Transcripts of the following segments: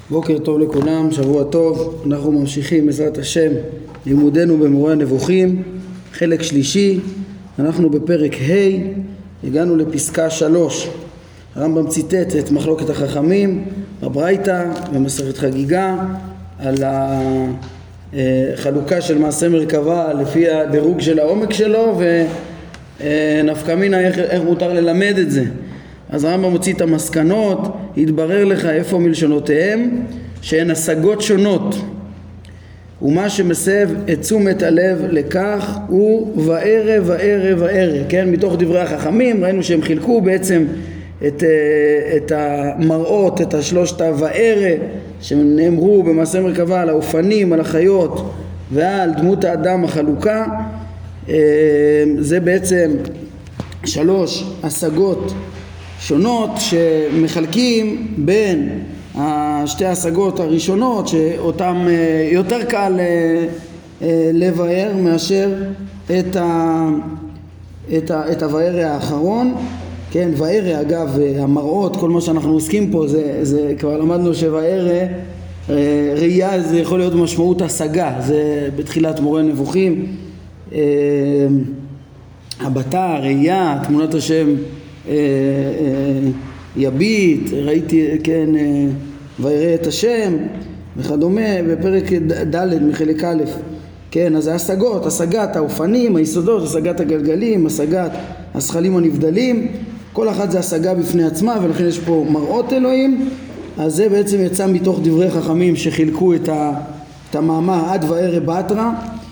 בוקר טוב לכולם, שבוע טוב. אנחנו ממשיכים בעזרת השם לימודנו במורה הנבוכים, חלק שלישי. אנחנו בפרק ה', הגענו לפסקה 3. הרמב"ם ציטט את מחלוקת החכמים בברייתא במסכת חגיגה על החלוקה של מעשה מרכבה לפי הדירוג של העומק שלו, ונפקא מינה איך מותר ללמד את זה. אז הרמב"ם מוציא את המסקנות, יתברר לך איפה מלשונותיהם, שהן השגות שונות. ומה שמסב את תשומת הלב לכך הוא וערב וערב וערב. כן, מתוך דברי החכמים ראינו שהם חילקו בעצם את המראות, את השלושת וערב שנאמרו במעשה מרכבה על האופנים, על החיות ועל דמות האדם החלוקה. זה בעצם 3 השגות שונות שמחלקים בין שתי ההשגות הראשונות שאותם יותר קל לבאר מאשר את הווארא האחרון. כן, ווארא אגב המראות, כל מה שאנחנו עוסקים פה זה כבר למדנו שווארא ראייה זה יכול להיות משמעות השגה, זה בתחילת מורה נבוכים. הבטה, ראייה, תמונת השם יביט, ראיתי, כן, ויראה את השם וכדומה, בפרק ד' מחלק א'. כן, אז זה השגות, השגת האופנים, היסודות, השגת הגלגלים, השגת השכלים הנבדלים, כל אחת זה השגה בפני עצמה, ולכן יש פה מראות אלוהים. אז זה בעצם יצא מתוך דברי חכמים שחילקו את המאמר עד וערב בתרא.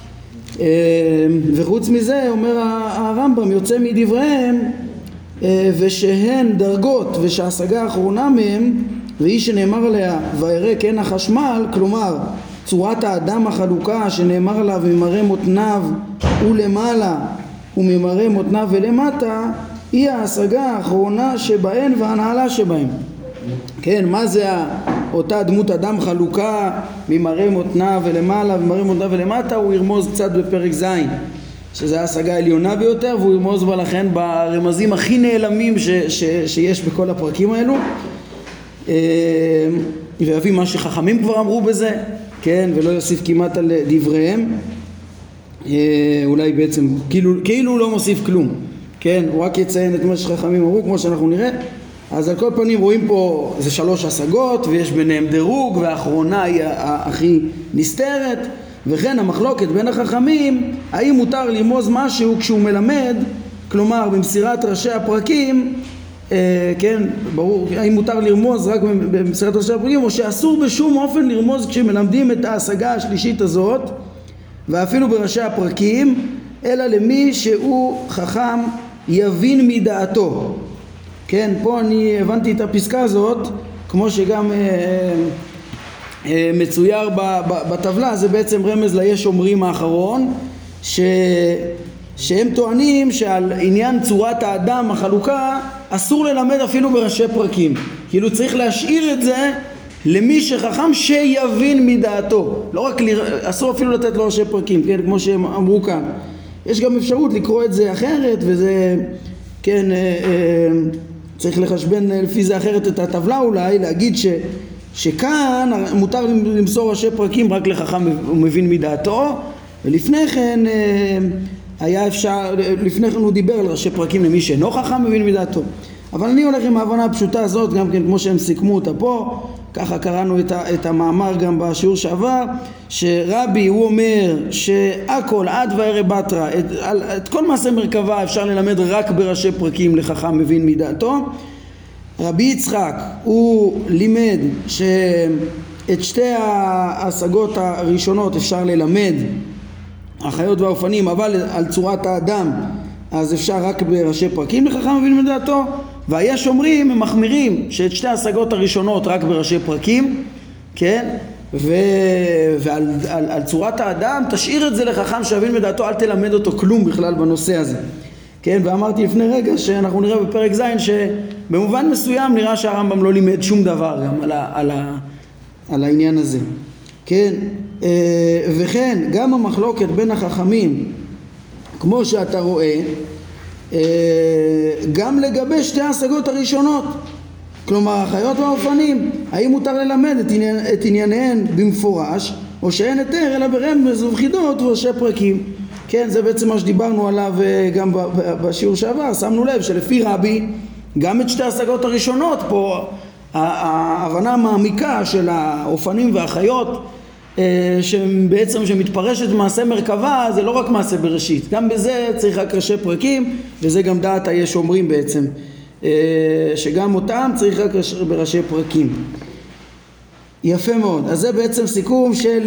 וחוץ מזה אומר הרמב"ם יוצא מדבריהם ושהן דרגות, ושההשגה האחרונה מהם והיא שנאמר עליה וירא כן החשמל, כלומר צורת האדם החלוקה שנאמר עליו ממראה מותניו ולמעלה וממראה מותניו ולמטה, היא ההשגה האחרונה שבהן והנעלה שבהן. כן, מה זה אותה דמות אדם חלוקה ממראה מותניו ולמעלה וממראה מותניו ולמטה? הוא ירמוז קצת בפרק ז', שזה ההשגה העליונה ביותר, והוא ירמוז בה לכן ברמזים הכי נעלמים שיש בכל הפרקים האלו, ויביא מה שחכמים כבר אמרו בזה, כן, ולא יוסיף כמעט על דבריהם, אולי בעצם כאילו לא מוסיף כלום, כן, הוא רק יציין את מה שחכמים אמרו כמו שאנחנו נראה. אז על כל פנים רואים פה זה 3 השגות ויש ביניהם דירוג, והאחרונה היא הכי נסתרת. וכן המחלוקת בין החכמים האם מותר לרמוז משהו כשהוא מלמד, כלומר במסירת ראשי הפרקים, כן, ברור, האם מותר לרמוז רק במסירת ראשי הפרקים, או שאסור בשום אופן לרמוז כשמלמדים את ההשגה השלישית הזאת ואפילו בראשי הפרקים, אלא למי שהוא חכם יבין מדעתו. כן, פה אני הבנתי את הפסקה הזאת כמו שגם מצויר בטבלה. זה בעצם רמז ליש אומרים האחרון, שהם טוענים שעל עניין צורת האדם החלוקה אסור ללמד אפילו בראשי פרקים, כאילו צריך להשאיר את זה למי שחכם שיבין מדעתו, לא רק אסור אפילו לתת לו ראשי פרקים, כן, כמו שהם אמרו כאן. יש גם אפשרות לקרוא את זה אחרת, וזה כן צריך לחשבן לפי זה אחרת את הטבלה, אולי להגיד שכאן מותר למסור ראשי פרקים רק לחכם ומבין מדעתו, ולפני כן היה אפשר, לפני כן הוא דיבר על ראשי פרקים למי שאינו חכם מבין מדעתו. אבל אני הולך עם ההבנה הפשוטה הזאת, גם כן כמו שהם סיכמו אותה פה, ככה קראנו את המאמר גם בשיעור שעבר, שרבי הוא אומר שהכל עד וערב בתרא, את כל מעשה מרכבה אפשר ללמד רק בראשי פרקים לחכם מבין מדעתו. רבי יצחק הוא לימד שאת 2 ההשגות הראשונות אפשר ללמד, החיות והאופנים, אבל על צורת האדם אז אפשר רק בראשי פרקים לחכם מבין מדעתו. והיש אומרים, הם מחמירים שאת 2 ההשגות הראשונות רק בראשי פרקים, כן, ועל צורת האדם תשאיר את זה לחכם שיבין מדעתו, אל תלמד אותו כלום בכלל בנושא הזה. כן, ואמרתי לפני רגע שאנחנו נראה בפרק ז' שבמובן מסוים נראה שהרמב"ם לא לימד שום דבר גם על העניין הזה. כן, וכן גם המחלוקת בין החכמים כמו שאתה רואה גם לגבי 2 ההשגות הראשונות, כלומר החיות והאופנים, האם מותר ללמד את ענייניהן במפורש או שאין היתר אלא ברמז ובחידות וראשי פרקים. כן, זה בעצם מה שדיברנו עליו גם בשיעור שעבר. שמנו לב שלפי רבי גם את שתי השגות הראשונות פה ההבנה המעמיקה של האופנים והחיות שבעצם שמתפרשת מעשה מרכבה, זה לא רק מעשה בראשית, גם בזה צריך רק ראשי פרקים, וזה גם דעת היש אומרים בעצם שגם אותם צריך רק בראשי פרקים. יפה מאוד. אז זה בעצם סיכום של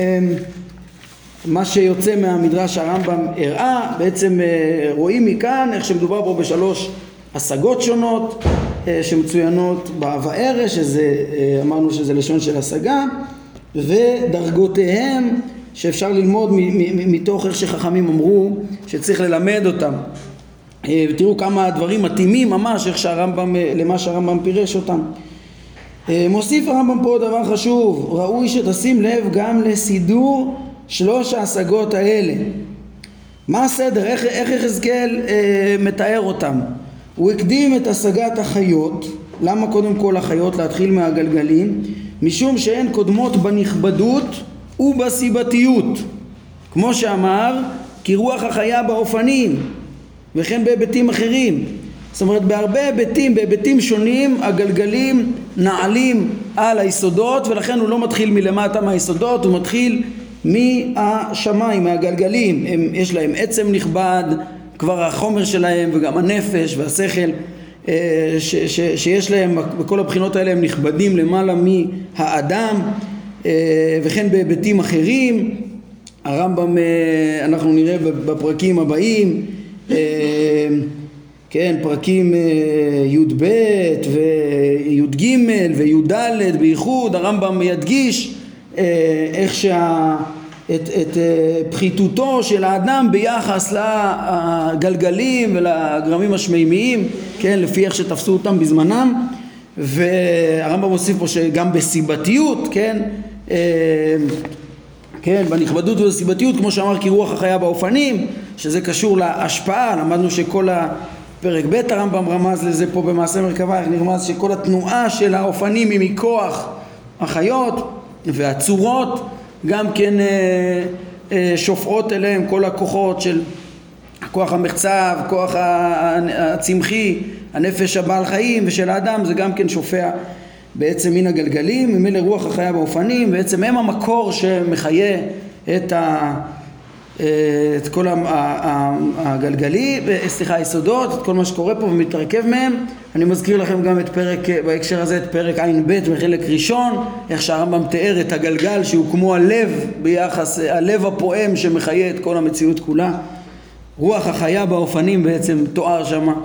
מה שיוצא מהמדרש הרמב"ם הראה. בעצם רואים מכאן איך שמדובר פה בשלוש השגות שונות שמצוינות בערש, שזה אמרנו שזה לשון של השגה, ודרגותיהם שאפשר ללמוד מתוך איך שחכמים אמרו שצריך ללמד אותם. ותראו כמה דברים מתאימים ממש איך שהרמב"ם, למה שהרמב"ם פירש אותם. מוסיף הרמב"ם פה דבר חשוב, ראוי שתשים לב גם לסידור שלוש ההשגות האלה. מה הסדר? איך יחזקאל מתאר אותם? הוא הקדים את השגת החיות. למה קודם כל החיות? להתחיל מהגלגלים, משום שהן קודמות בנכבדות ובסיבתיות, כמו שאמר כי רוח החיה באופנים, וכן בהיבטים אחרים. זאת אומרת בהרבה היבטים, בהיבטים שונים הגלגלים נעלים על היסודות, ולכן הוא לא מתחיל מלמטה מהיסודות, הוא מתחיל מהשמיים, מהגלגלים. יש להם עצם נכבד, כבר החומר שלהם וגם הנפש והשכל שיש להם, בכל הבחינות האלה הם נכבדים למעלה מהאדם, וכן בהיבטים אחרים. הרמב"ם, אנחנו נראה בפרקים הבאים, כן, פרקים י"ב וי"ג וי"ד בייחוד, הרמב"ם ידגיש איך את פחיתותו של האדם ביחס לגלגלים ולגרמים השמימיים, כן, לפי איך שתפסו אותם בזמנם. והרמב"ם מוסיף פה שגם בסיבתיות, כן, כן, בנכבדות ובסיבתיות, כמו שאמר כי רוח החיה באופנים, שזה קשור להשפעה. למדנו שכל הפרק ב' הרמב"ם רמז לזה פה במעשה מרכבה, איך נרמז שכל התנועה של האופנים היא מכוח החיות, והצורות גם כן שופעות אליהם, כל הכוחות של כוח המחצב, כוח הצמחי, הנפש הבעל חיים ושל האדם, זה גם כן שופע בעצם מן הגלגלים, ממילא רוח החיה באופנים, בעצם הם המקור שמחיה את כל הגלגלי, היסודות, את כל מה שקורה פה ומתרכב מהם. אני מזכיר לכם גם את פרק, בהקשר הזה, את פרק עין ב' בחלק ראשון, איך שהרמב"ם תיאר את הגלגל שהוא כמו הלב ביחס, הלב הפועם שמחיה את כל המציאות כולה. רוח החיה באופנים בעצם תואר שמה.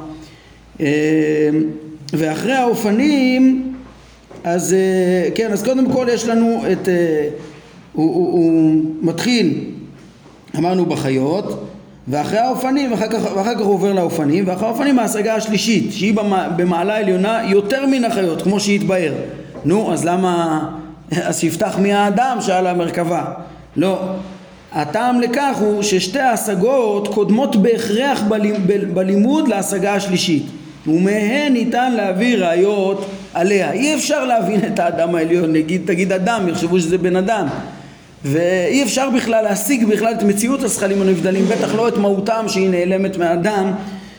ואחרי האופנים, אז כן, אז קודם כל יש לנו את, הוא מתחיל, אמרנו בחיות, ואחרי האופנים, ואחר כך הוא עובר לאופנים, ואחרי האופנים ההשגה השלישית, שהיא במעלה העליונה יותר מן החיות, כמו שהתבאר. נו, אז למה, אז שיפתח מהאדם שעל המרכבה? לא. הטעם לכך הוא ששתי ההשגות קודמות בהכרח בלימוד להשגה השלישית, ומהן ניתן להביא ראיות עליה. אי אפשר להבין את האדם העליון, תגיד אדם, יחשבו שזה בן אדם, ואי אפשר בכלל להשיג בכלל את מציאות השכלים הנבדלים, בטח לא את מהותם שהיא נעלמת מהאדם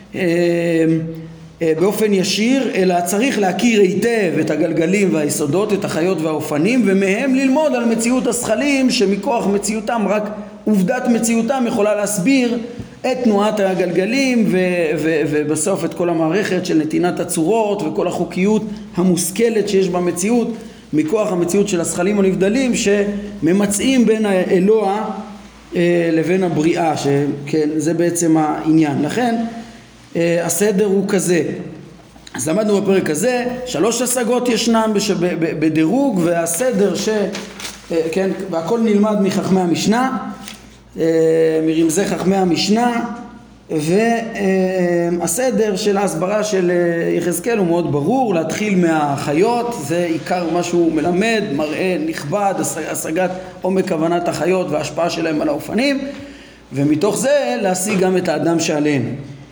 באופן ישיר, אלא צריך להכיר היטב את הגלגלים והיסודות, את החיות והאופנים, ומהם ללמוד על מציאות השכלים, שמכוח מציאותם, רק עובדת מציאותם יכולה להסביר את תנועת הגלגלים ובסוף את כל המערכת של נתינת הצורות וכל החוקיות המושכלת שיש במציאות, מכוח המציאות של השכלים הנבדלים שממצאים בין האלוה לבין הבריאה, שכן, זה בעצם העניין. לכן הסדר הוא כזה. אז למדנו בפרק הזה, 3 השגות ישנם בדירוג, והסדר כן, והכל נלמד מחכמי המשנה, מרמזי חכמי המשנה, והסדר של ההסברה של יחזקאל הוא מאוד ברור. להתחיל מהחיות, זה עיקר מה שהוא מלמד, מראה נכבד, השגת עומק כוונת החיות וההשפעה שלהם על האופנים, ומתוך זה להשיג גם את האדם שעליהם.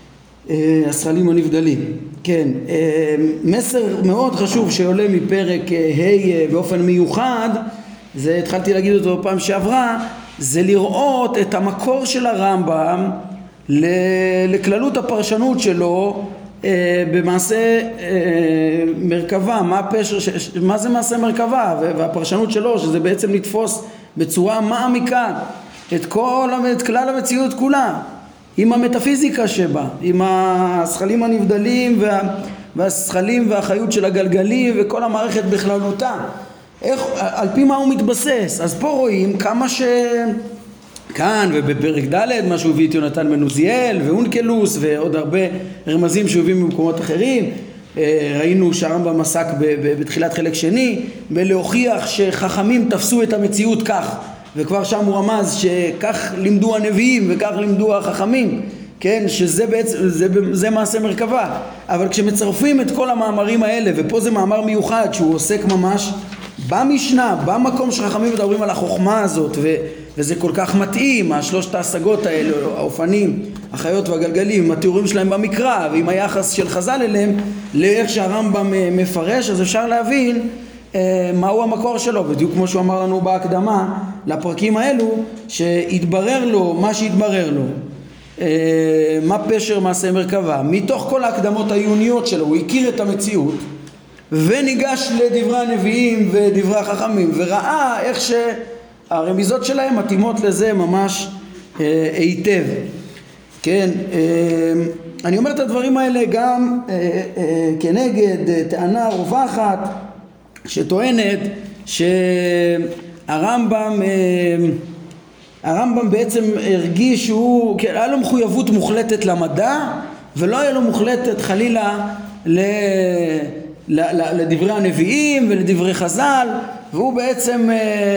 השכלים הנבדלים. כן, מסר מאוד חשוב שעולה מפרק ה' באופן מיוחד, זה התחלתי להגיד אותו בפעם שעברה, זה לראות את המקור של הרמב"ם לכללות הפרשנות שלו במעשה מרכבה, מה זה מעשה מרכבה, והפרשנות שלו שזה בעצם לתפוס בצורה מעמיקה את כלל המציאות כולה, עם המטאפיזיקה שבה, עם השכלים הנבדלים והשכלים והחיות של הגלגלים וכל המערכת בכללותה, על פי מה הוא מתבסס. אז פה רואים כמה כאן ובפרק ד' מה שהוא הביא את יונתן בן עוזיאל ואונקלוס ועוד הרבה רמזים שהוא הביא ממקומות אחרים. ראינו שהרמב"ם עסק בתחילת חלק שני בלהוכיח שחכמים תפסו את המציאות כך, וכבר שם הוא רמז שכך לימדו הנביאים וכך לימדו החכמים, כן, שזה בעצם זה מעשה מרכבה. אבל כשמצרפים את כל המאמרים האלה, ופה זה מאמר מיוחד שהוא עוסק ממש במשנה, במקום שחכמים מדברים על החוכמה הזאת, וזה כל כך מתאים, השלושת ההשגות האלה, האופנים, החיות והגלגלים, עם התיאורים שלהם במקרא ועם היחס של חז"ל אליהם לאיך שהרמב"ם מפרש, אז אפשר להבין מהו המקור שלו, בדיוק כמו שהוא אמר לנו בהקדמה לפרקים האלו, שהתברר לו מה שהתברר לו, מה פשר מעשה מרכבה, מתוך כל ההקדמות העיוניות שלו הוא הכיר את המציאות וניגש לדברי הנביאים ודברי החכמים וראה איך שהרמיזות שלהם מתאימות לזה ממש היטב. כן, אני אומר את הדברים האלה גם כנגד טענה רווחת שטוענת שהרמב"ם בעצם הרגיש שהוא, היה לו מחויבות מוחלטת למדע ולא היה לו מוחלטת חלילה לדברי הנביאים ולדברי חז"ל, והוא בעצם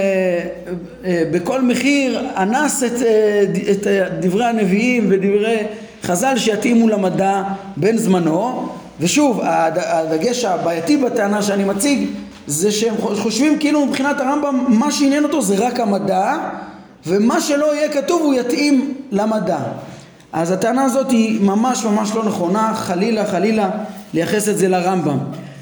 בכל מחיר אנס את דברי הנביאים ודברי חז"ל שיתאימו למדע בין זמנו. ושוב, הדגש הבעייתי בטענה שאני מציג זה שהם חושבים כאילו מבחינת הרמב"ם מה שעניין אותו זה רק המדע, ומה שלא יהיה כתוב הוא יתאים למדע. אז הטענה הזאת היא ממש ממש לא נכונה, חלילה לייחס את זה לרמב"ם.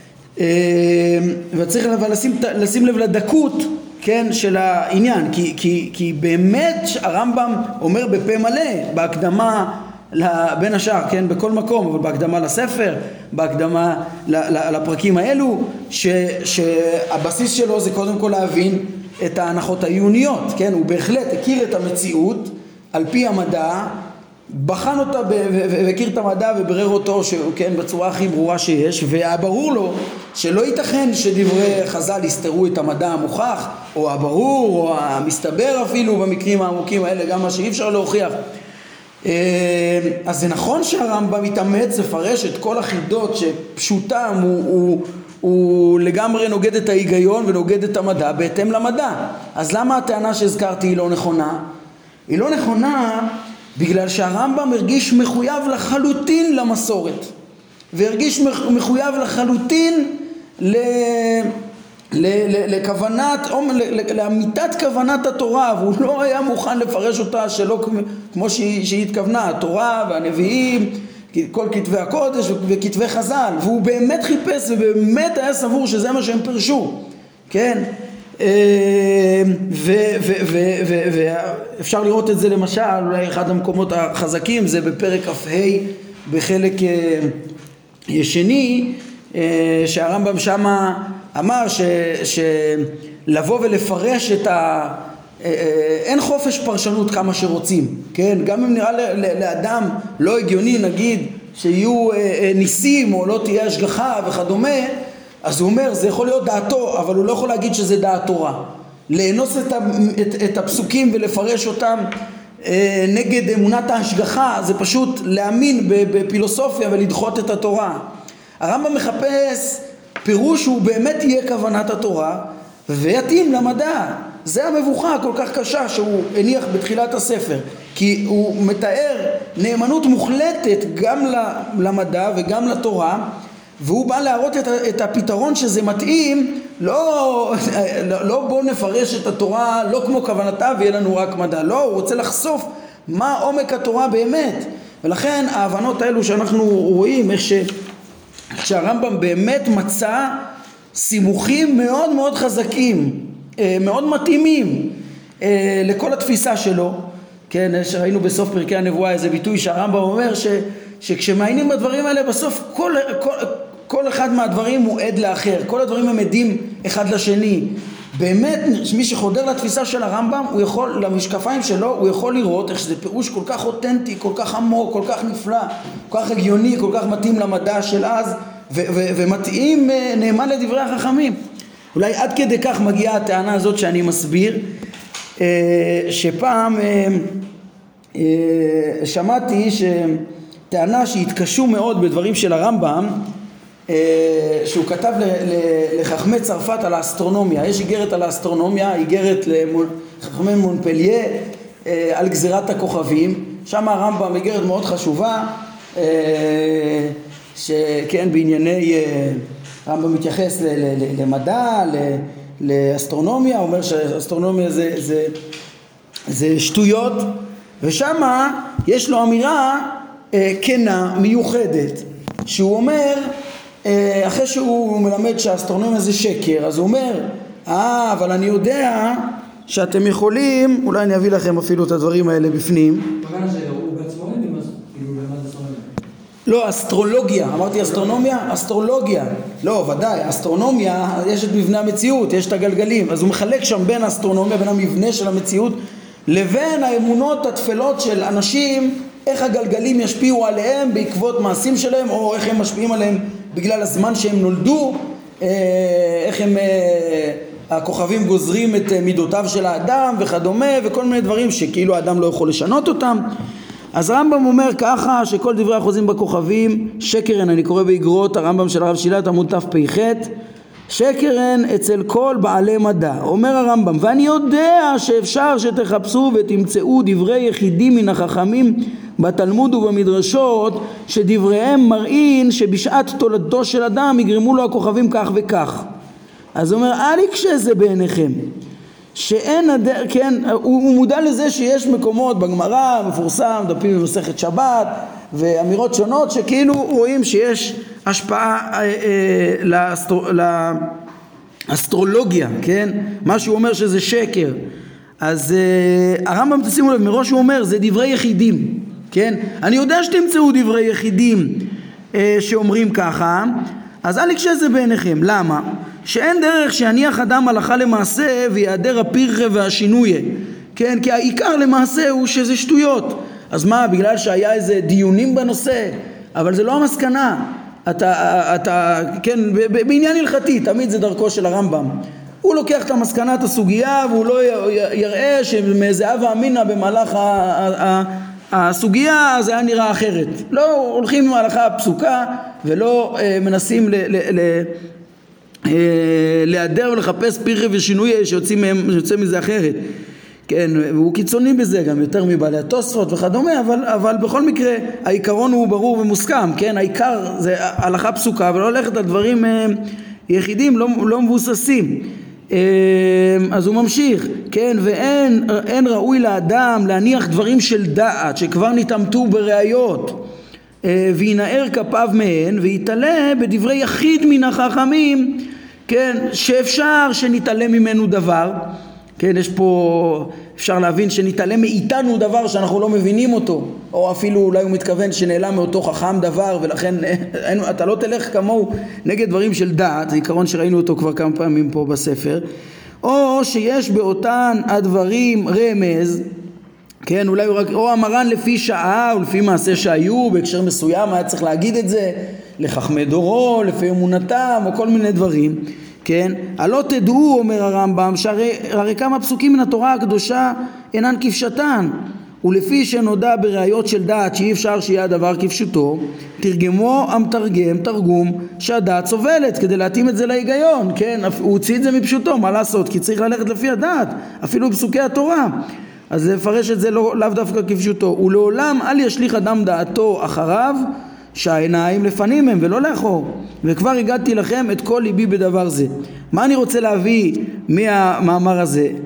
וצריך לשים לב לדקות, כן, של העניין, כי באמת הרמב"ם אומר בפה מלא בהקדמה בין השאר, כן, בכל מקום, אבל בהקדמה לספר, בהקדמה לפרקים האלו, שהבסיס שלו זה קודם כל להבין את ההנחות העיוניות, כן, הוא בהחלט הכיר את המציאות על פי המדע, בחן אותה והכיר את המדע וברר אותו, כן, בצורה הכי ברורה שיש, וברור לו שלא ייתכן שדברי חז"ל יסתרו את המדע המוכח או הברור או המסתבר אפילו במקרים העמוקים האלה, גם מה שאי אפשר להוכיח. אז זה נכון שהרמב"ם מתאמץ לפרש את כל החידות שפשוטם הוא לגמרי נוגד את ההיגיון ונוגד את המדע בהתאם למדע. אז למה הטענה שהזכרתי היא לא נכונה? היא לא נכונה בגלל שהרמב"ם הרגיש מחויב לחלוטין למסורת, והרגיש מחויב לחלוטין לכוונת, לאמיתת כוונת התורה, והוא לא היה מוכן לפרש אותה שלא כמו שהיא התכוונה, התורה והנביאים, כל כתבי הקודש וכתבי חז"ל, והוא באמת חיפש ובאמת היה סבור שזה מה שהם פרשו, כן? ואפשר לראות את זה למשל, אולי אחד המקומות החזקים זה בפרק כ"ה בחלק שני, שהרמב"ם שמה אמר שלבוא ולפרש את אין חופש פרשנות כמה שרוצים, כן? גם אם נראה לאדם לא הגיוני, נגיד שיהיו ניסים או לא תהיה השגחה וכדומה, אז הוא אומר זה יכול להיות דעתו, אבל הוא לא יכול להגיד שזה דעת תורה. לאנוס את הפסוקים ולפרש אותם נגד אמונת ההשגחה זה פשוט להאמין בפילוסופיה ולדחות את התורה. הרמב"ם מחפש פירוש שהוא באמת יהיה כוונת התורה ויתאים למדע. זה המבוכה כל כך קשה שהוא הניח בתחילת הספר, כי הוא מתאר נאמנות מוחלטת גם למדע וגם לתורה, והוא בא להראות את הפתרון שזה מתאים, לא בוא נפרש את התורה לא כמו כוונתה ויהיה לנו רק מדע, לא, הוא רוצה לחשוף מה עומק התורה באמת, ולכן ההבנות האלו שאנחנו רואים איך שהרמב"ם באמת מצא סימוכים מאוד מאוד חזקים, מאוד מתאימים לכל התפיסה שלו. כן, ראינו בסוף פרקי הנבואה איזה ביטוי שהרמב"ם אומר שכשמעיינים בדברים האלה בסוף כל אחד מהדברים הוא עד לאחר, כל הדברים הם עדים אחד לשני. באמת מי שחודר לתפיסה של הרמב"ם הוא יכול, למשקפיים שלו הוא יכול לראות איך שזה פירוש כל כך אותנטי, כל כך עמוק, כל כך נפלא, כל כך הגיוני, כל כך מתאים למדע של אז ומתאים נאמן לדברי החכמים. אולי עד כדי כך מגיעה הטענה הזאת שאני מסביר, שפעם שמעתי שטענה שהתקשו מאוד בדברים של הרמב"ם, שהוא כתב לחכמי צרפת על האסטרונומיה. יש איגרת על האסטרונומיה, איגרת לחכמי מונפליה על גזירת הכוכבים. שם הרמב"ם איגרת מאוד חשובה, שכן בענייני הרמב"ם מתייחס למדע, לאסטרונומיה, הוא אומר שאסטרונומיה זה שטויות, ושם יש לו אמירה כנה מיוחדת, שהוא אומר, אחרי שהוא מלמד שהאסטרונומיה זה שקר, אז הוא אומר, אבל אני יודע שאתם יכולים, אולי אני אביא לכם אפילו את הדברים האלה בפנים. הוא בעצמו למד אסטרונומיה? לא, אסטרולוגיה, אמרתי אסטרונומיה? אסטרולוגיה, לא, ודאי, אסטרונומיה יש את מבנה המציאות, יש את הגלגלים, אז הוא מחלק שם בין האסטרונומיה, בין המבנה של המציאות, לבין האמונות התפלות של אנשים, איך הגלגלים ישפיעו עליהם בעקבות מעשים שלהם, או איך הם משפיעים עליהם בגלל הזמן שהם נולדו, איך הם, הכוכבים גוזרים את מידותיו של האדם וכדומה, וכל מיני דברים שכאילו האדם לא יכול לשנות אותם. אז הרמב"ם אומר ככה, שכל דברי החוזים בכוכבים שקרן, אני קורא באגרות הרמב"ם של הרב שילת עמוד תפ"ח, שקרן אצל כל בעלי מדע. אומר הרמב"ם, ואני יודע שאפשר שתחפשו ותמצאו דברי יחידים מן החכמים בתלמוד ובמדרשות, שדבריהם מראים שבשעת תולדתו של אדם יגרמו לו הכוכבים כך וכך. אז הוא אומר, אל יקשה זה בעיניכם, שאין, כן, הוא מודע לזה שיש מקומות בגמרא, מפורסם, דפים במסכת שבת ואמירות שונות שכאילו רואים שיש השפעה לאסטרולוגיה, כן? מה שהוא אומר שזה שקר. אז הרמב"ם, תשימו לב, מראש הוא אומר, זה דברי יחידים, כן? אני יודע שתמצאו דברי יחידים שאומרים ככה, אז אל יקשה זה בעיניכם. למה? שאין דרך שיניח אדם הלכה למעשה ויעדר הפירחה והשינוי, כן? כי העיקר למעשה הוא שזה שטויות. אז מה, בגלל שהיה איזה דיונים בנושא? אבל זה לא המסקנה. כן, בעניין הלכתי, תמיד זה דרכו של הרמב"ם. הוא לוקח את המסקנת הסוגיה והוא לא יראה שמאיזה הווה אמינא במהלך הסוגיה זה היה נראה אחרת. לא הולכים עם ההלכה הפסוקה ולא מנסים להיעדר ולחפש פירחה ושינוי שיוצא מזה אחרת. כן, והוא קיצוני בזה גם יותר מבעלי התוספות וכדומה, אבל בכל מקרה העיקרון הוא ברור ומוסכם, כן? העיקר זה הלכה פסוקה ולא הולכת על דברים יחידים לא מבוססים. אז הוא ממשיך, כן, ואין ראוי לאדם להניח דברים של דעת שכבר נתעמתו בראיות וינער כפיו מהן ויתעלה בדברי יחיד מן החכמים, כן, שאפשר שנתעלם ממנו דבר, כן, יש פה, אפשר להבין שנתעלם מאיתנו דבר שאנחנו לא מבינים אותו, או אפילו אולי הוא מתכוון שנעלם מאותו חכם דבר ולכן אתה לא תלך כמוהו נגד דברים של דעת, זה עיקרון שראינו אותו כבר כמה פעמים פה בספר, או שיש באותן הדברים רמז, כן, אולי הוא רק, או המרן לפי שעה או לפי מעשה שהיו בהקשר מסוים היה צריך להגיד את זה לחכמי דורו, לפי אמונתם או כל מיני דברים, כן, הלא תדעו, אומר הרמב"ם, שהרי כמה פסוקים מן התורה הקדושה אינן כפשטן, ולפי שנודע בראיות של דעת שאי אפשר שיהיה הדבר כפשוטו, תרגמו המתרגם תרגום שהדעת סובלת כדי להתאים את זה להיגיון, כן, הוא הוציא את זה מפשוטו, מה לעשות? כי צריך ללכת לפי הדעת, אפילו בפסוקי התורה, אז לפרש את זה לאו דווקא כפשוטו. ולעולם אל ישליך אדם דעתו אחריו, שהעיניים לפנים הם ולא לאחור, וכבר הגעתי לכם את כל ליבי בדבר זה. מה אני רוצה להביא מהמאמר הזה?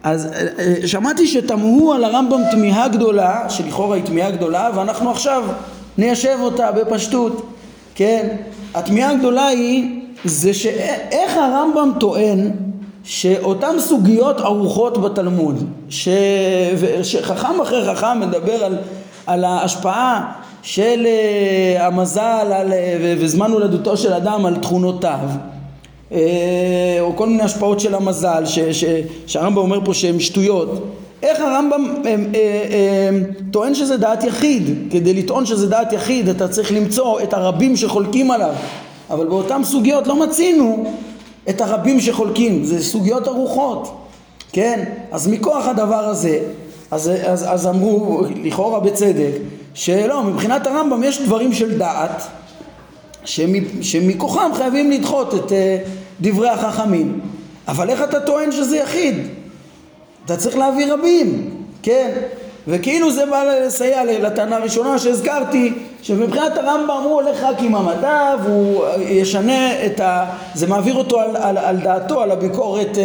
אז שמעתי שתמהו על הרמב"ם תמיהה גדולה, שלכאורה היא תמיהה גדולה, ואנחנו עכשיו ניישב אותה בפשטות, כן? התמיהה הגדולה היא, זה שאיך הרמב"ם טוען שאותן סוגיות ערוכות בתלמוד, שחכם אחרי חכם מדבר על ההשפעה של המזל וזמן הולדתו של אדם על תכונותיו, או כל מיני השפעות של המזל שהרמב"ם אומר פה שהן שטויות. איך הרמב"ם טוען שזה דעת יחיד? כדי לטעון שזה דעת יחיד אתה צריך למצוא את הרבים שחולקים עליו, אבל באותן סוגיות לא מצינו את הרבים שחולקים, זה סוגיות ארוכות, כן? אז מכוח הדבר הזה אז אמרו לכאורה בצדק שלא, מבחינת הרמב"ם יש דברים של דעת שמכוחם חייבים לדחות את דברי החכמים, אבל איך אתה טוען שזה יחיד? אתה צריך להביא רבים, כן? וכאילו זה בא לסייע לטענה הראשונה שהזכרתי, שמבחינת הרמב"ם הוא הולך רק עם המדע והוא ישנה זה מעביר אותו על דעתו, על הביקורת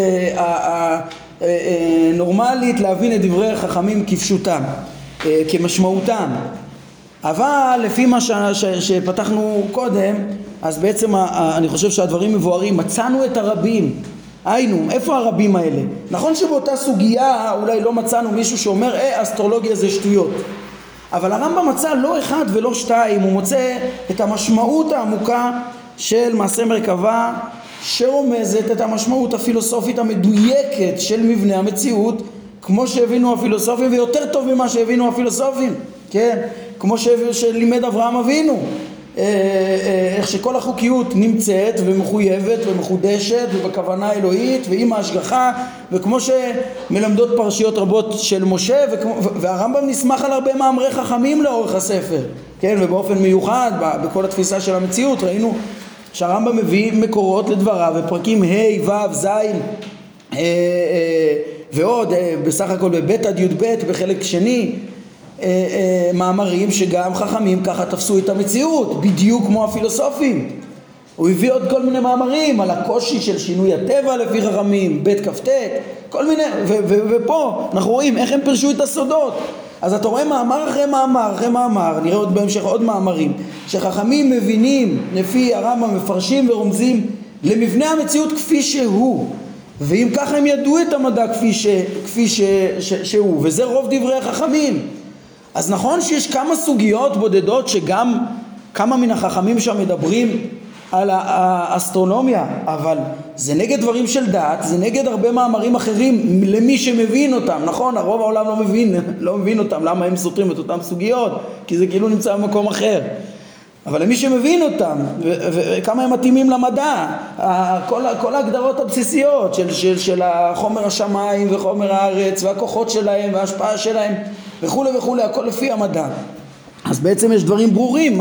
הנורמלית להבין את דברי החכמים כפשוטם, כמשמעותם. אבל לפי מה שפתחנו קודם, אז בעצם אני חושב שהדברים מבוארים, מצאנו את הרבים. היינו, איפה הרבים האלה? נכון שבאותה סוגיה אולי לא מצאנו מישהו שאומר אסטרולוגיה זה שטויות, אבל הרמב"ם מצא לא אחד ולא שתיים, הוא מוצא את המשמעות העמוקה של מעשה מרכבה שרומזת את המשמעות הפילוסופית המדויקת של מבנה המציאות, כמו שהבינו הפילוסופים ויותר טוב ממה שהבינו הפילוסופים, כן? כמו שלימד אברהם אבינו, איך שכל החוקיות נמצאת ומחויבת ומחודשת ובכוונה אלוהית ועם ההשגחה, וכמו שמלמדות פרשיות רבות של משה, והרמב"ם נסמך על הרבה מאמרי חכמים לאורך הספר, כן? ובאופן מיוחד בכל התפיסה של המציאות ראינו שהרמב"ם מביא מקורות לדבריו בפרקים ה' ו' ז' ועוד בסך הכל בבית עד י"ב בחלק שני מאמרים שגם חכמים ככה תפסו את המציאות בדיוק כמו הפילוסופים. הוא הביא עוד כל מיני מאמרים על הקושי של שינוי הטבע לפי חכמים, בית כ"ט, כל מיני, ופה אנחנו רואים איך הם פרשו את הסודות. אז אתה רואה מאמר אחרי מאמר אחרי מאמר, נראה עוד בהמשך עוד מאמרים שחכמים מבינים לפי הרמב"ם, מפרשים ורומזים למבנה המציאות כפי שהוא, ואם ככה הם ידעו את המדע כפי שהוא, וזה רוב דברי החכמים. אז נכון שיש כמה סוגיות בודדות שגם כמה מן החכמים שם מדברים על האסטרונומיה, אבל זה נגד דברים של דעת, זה נגד הרבה מאמרים אחרים למי שמבין אותם, נכון? הרוב העולם לא מבין אותם, למה הם סותרים את אותם סוגיות? כי זה כאילו נמצא במקום אחר. אבל למי שמבין אותם, וכמה הם מתאימים למדע, כל ההגדרות הבסיסיות של החומר השמיים וחומר הארץ והכוחות שלהם וההשפעה שלהם וכו' וכו', הכל לפי המדע. אז בעצם יש דברים ברורים,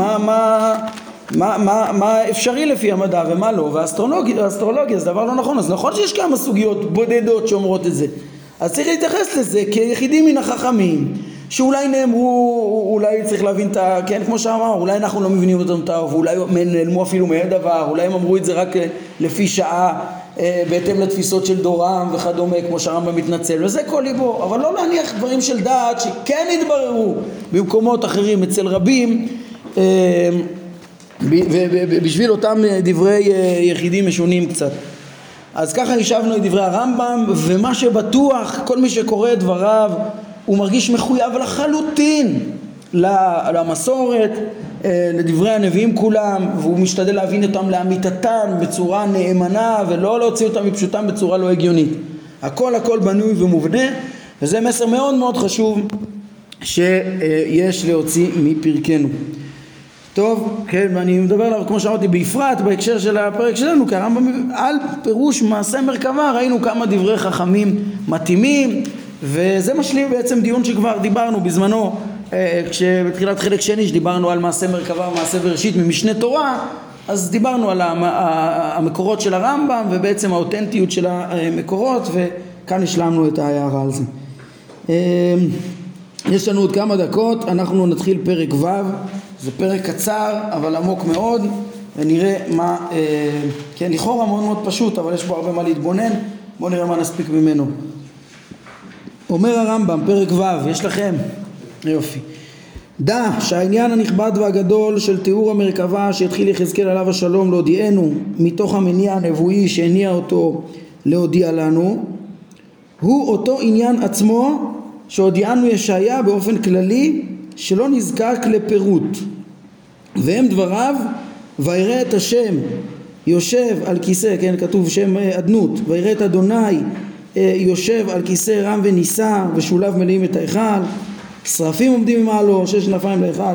מה אפשרי לפי המדע ומה לא, והאסטרולוגיה זה דבר לא נכון. אז נכון שיש כמה סוגיות בודדות שאומרות את זה, אז צריך להתייחס לזה כיחידים מן החכמים שאולי נאמרו, אולי צריך להבין את כן, כמו שאמר, אולי אנחנו לא מבינים אותם טוב, אולי נעלמו אפילו מהדבר, אולי הם אמרו את זה רק לפי שעה בהתאם לתפיסות של דורם וכדומה, כמו שהרמב"ם מתנצל, וזה כל ליבו. אבל לא להניח דברים של דעת שכן התבררו במקומות אחרים אצל רבים, ובשביל אותם דברי יחידים משונים קצת. אז ככה ישבנו את דברי הרמב"ם, ומה שבטוח, כל מי שקורא את דבריו הוא מרגיש מחויב לחלוטין למסורת, לדברי הנביאים כולם, והוא משתדל להבין אותם לאמיתתם בצורה נאמנה ולא להוציא אותם מפשוטם בצורה לא הגיונית. הכל בנוי ומובנה, וזה מסר מאוד מאוד חשוב שיש להוציא מפרקנו. טוב, כן, ואני מדבר עליו כמו שאמרתי בפרט בהקשר של הפרק שלנו, כי הרמב"ם על פירוש מעשה מרכבה ראינו כמה דברי חכמים מתאימים, וזה משלים בעצם דיון שכבר דיברנו בזמנו, כשבתחילת חלק שני שדיברנו על מעשה מרכבה ומעשה בראשית ממשנה תורה, אז דיברנו על המקורות של הרמב"ם ובעצם האותנטיות של המקורות, וכאן השלמנו את ההערה על זה. יש לנו עוד כמה דקות, אנחנו נתחיל פרק ו', זה פרק קצר אבל עמוק מאוד, ונראה מה, כן, לכאורה מאוד מאוד פשוט, אבל יש בו הרבה מה להתבונן. בואו נראה מה נספיק ממנו. אומר הרמב"ם, פרק ו', יש לכם? יופי. דע שהעניין הנכבד והגדול של תיאור המרכבה שהתחיל יחזקאל עליו השלום להודיענו מתוך המניע הנבואי שהניע אותו להודיע לנו, הוא אותו עניין עצמו שהודיענו ישעיה באופן כללי שלא נזקק לפירוט, והם דבריו: וירא את השם יושב על כיסא, כן, כתוב שם אדנות, וירא את אדוני יושב על כיסא רם ונישא ושוליו מלאים את ההיכל, שרפים עומדים ממעלו, 6 כנפיים לאחד,